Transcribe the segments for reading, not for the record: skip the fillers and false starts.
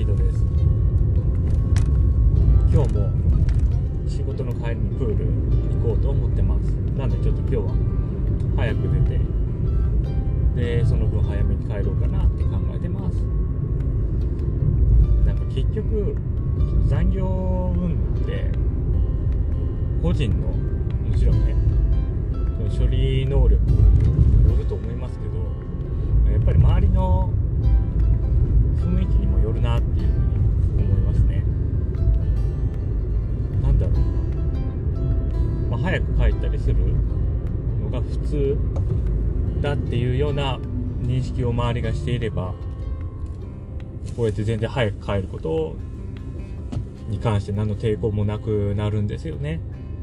トです。今日も仕事の帰りにプール行こうと思ってます。なんでちょっと今日は早く出て、でその分早めに帰ろうかなって考えてます。なんか結局残業分って個人のもちろんね処理能力によると思いますけど、やっぱり周りの雰囲気にもよるなっていうふうに思いますね。なんだろうな、早く帰ったりするのが普通だっていうような認識を周りがしていれば、こうやって全然早く帰ることに関して何の抵抗もなくなるんですよね。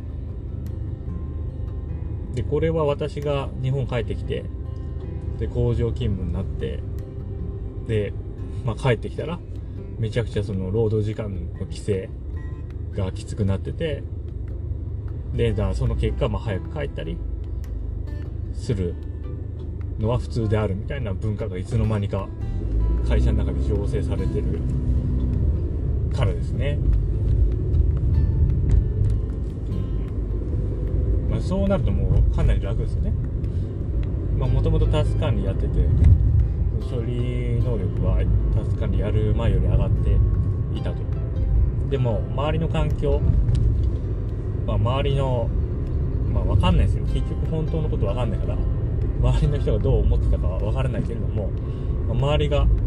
でこれは私が日本帰ってきて、で工場勤務になって、で、帰ってきたらめちゃくちゃその労働時間の規制がきつくなってて、でその結果早く帰ったりするのは普通であるみたいな文化がいつの間にか会社の中で醸成されてるからですね。そうなるともうかなり楽ですよね。もともとタスク管理やってて、処理能力はタスク管理やる前より上がっていたと。でも周りの環境、周りの分かんないですよ。結局本当のこと分かんないから、周りの人がどう思ってたかは分からないけれども、周りが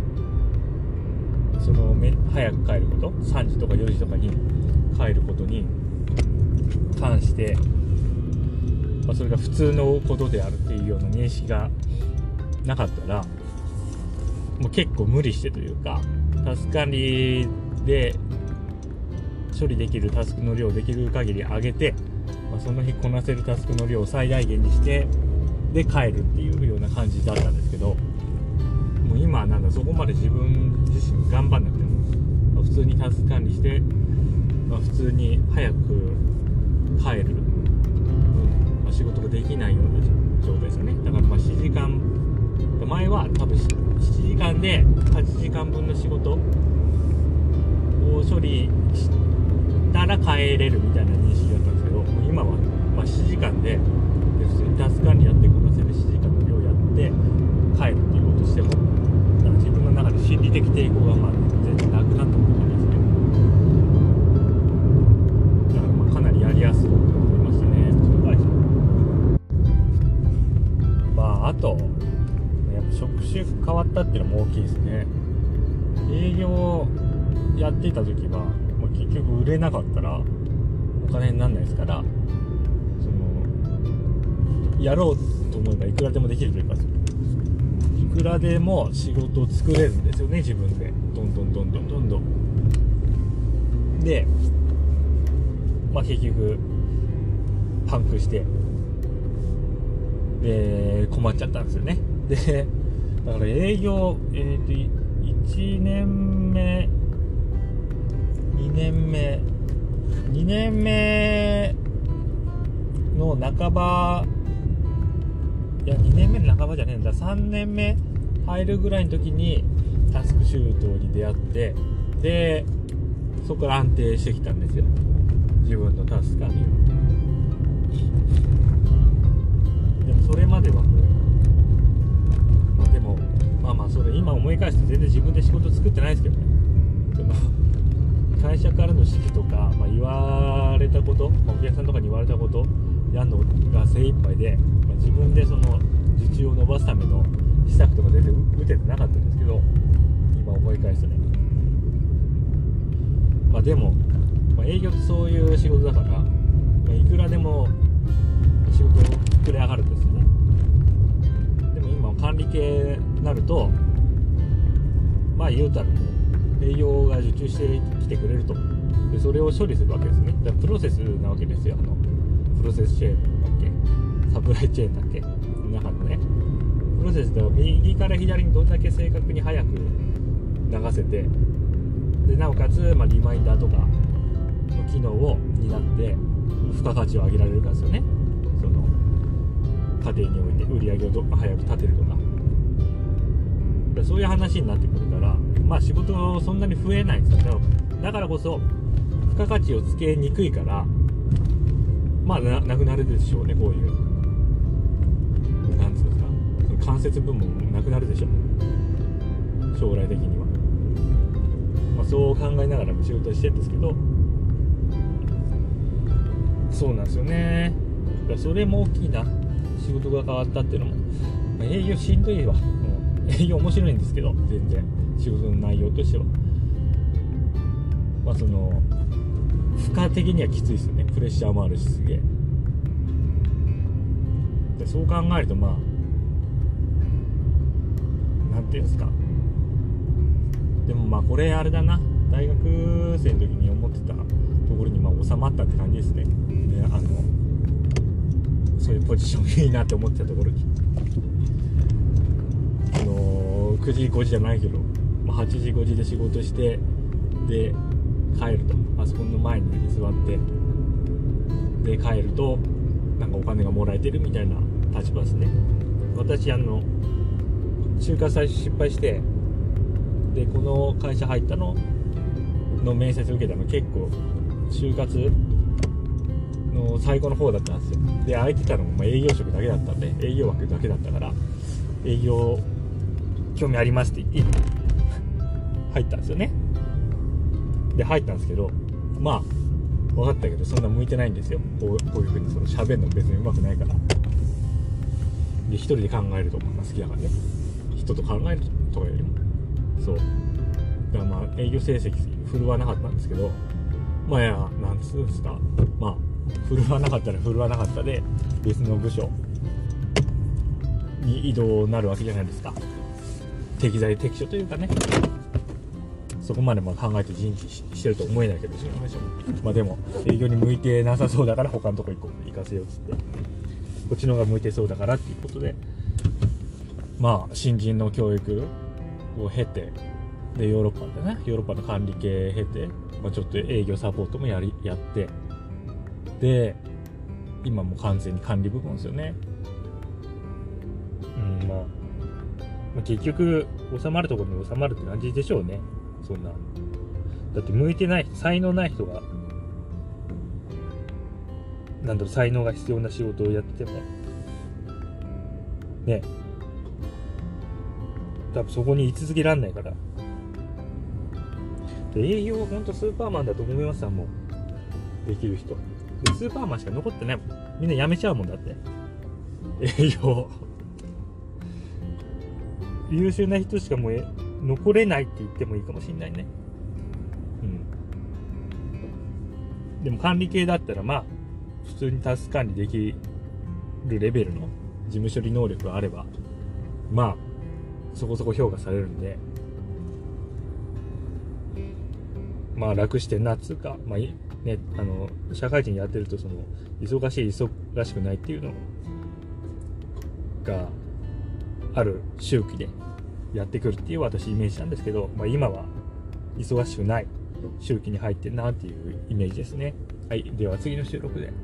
その早く帰ること、3時とか4時とかに帰ることに関してそれが普通のことであるっていうような認識がなかったら、もう結構無理してというか、タスク管理で処理できるタスクの量をできる限り上げて、その日こなせるタスクの量を最大限にしてで帰るっていうような感じだったんですけど、もう今はそこまで自分自身頑張んなくても、普通にタスク管理して、普通に早く帰る仕事ができないような状態ですよね。だから7時間、前は多分7時間で8時間分の仕事を処理したら帰れるみたいな認識だったんですけど、もう今は7時間で普通にタスク管理やってこなせる7時間の量やって帰るっていうことしても、自分の中で心理的抵抗が全然なくなったって感じですね。だからかなりやりやすくなりましたね、うちの会社。あとやっぱ職種変わったっていうのも大きいですね。営業やっていた時は結局売れなかったらお金にならないですから、やろうと思えばいくらでもできるというか、いくらでも仕事を作れるんですよね、自分でどんどんで、結局パンクして困っちゃったんですよね。でだから営業、1年目2年目の半ば、2年目の半ばじゃねえんだ、3年目入るぐらいの時にタスクシュートに出会って、でそこから安定してきたんですよ、自分のタスク管理を。でもそれまではもう、でもそれ今思い返すと全然自分で仕事作ってないですけどね。会社からの指示とか、言われたこと、お客さんとかに言われたことやるのが精一杯で、自分でその受注を伸ばすための施策とか全然打ててなかったんですけど、今思い返すとね。でも、営業ってそういう仕事だから、いくらでも仕事を作り上がるんですよね。でも今管理系になると、言うたらもう営業が受注してきてくれると。でそれを処理するわけですね。だからプロセスなわけですよ。プロセスチェーンだっけ、サプライチェーンだっけ、中のねプロセスでは右から左にどれだけ正確に早く流せて、でなおかつ、リマインダーとかの機能を担って付加価値を上げられるかですよね。その過程において売り上げを早く立てるとか、そういう話になってくるから、 まあ仕事そんなに増えないんですけど、だからこそ付加価値をつけにくいから、まあ なくなるでしょうね。こういうなんつうんですか、その間接部門もなくなるでしょう、将来的には。まあ、そう考えながら仕事してるんですけど、そうなんですよね。だからそれも大きいな、仕事が変わったっていうのも。まあ、営業しんどいわ、営業面白いんですけど、全然仕事の内容としては、まあその負荷的にはきついですよね。プレッシャーもあるし、すげえ。でそう考えると、まあなんていうんですか、でもまあこれあれだな、大学生の時に思ってたところにまあ収まったって感じですね。でそういうポジションいいなって思ってたところに、9時5時じゃないけど、まあ、8時5時で仕事してで帰ると、パソコンの前に座ってで帰るとなんかお金がもらえてるみたいな立場ですね。私就活最初失敗して、でこの会社入ったの面接受けたの結構就活の最後の方だったんですよ。で空いてたのもまあ営業職だけだったんで、営業枠だけだったから、営業興味ありますって言って入ったんですよね。で入ったんですけど、まあ分かったけどそんな向いてないんですよ。こういう風にその喋るの別に上手くないから。で一人で考えるとかが好きだからね、人と考えるとかよりも。そうだからまあ営業成績振るわなかったんですけど、まあいやなんつうんですか、まあ振るわなかったら振るわなかったで別の部署に移動になるわけじゃないですか。適材適所というかね、そこまでまあ考えて人事してると思えないけど、まあでも営業に向いてなさそうだから他のとこ行かせようっつって、こっちの方が向いてそうだからっていうことで、まあ新人の教育を経て、でヨーロッパの管理系経て、まあ、ちょっと営業サポートもやって、で今もう完全に管理部門ですよね。まあ結局収まるところに収まるって感じでしょうね。そんなだって向いてない才能ない人が才能が必要な仕事をやっててもね、多分そこに居続けられないから。営業はほんとスーパーマンだと思いますよ、もうできる人で。スーパーマンしか残ってないもん。みんな辞めちゃうもんだって、営業優秀な人しかもう残れないって言ってもいいかもしれないね。でも管理系だったらまあ普通にタスク管理できるレベルの事務処理能力があればまあそこそこ評価されるんで、まあ楽してんなっつうか、まあね、社会人やってるとその忙しくないっていうのがある周期でやってくるっていう私イメージなんですけど、まあ、今は忙しくない周期に入ってるなっていうイメージですね。はい、では次の収録で。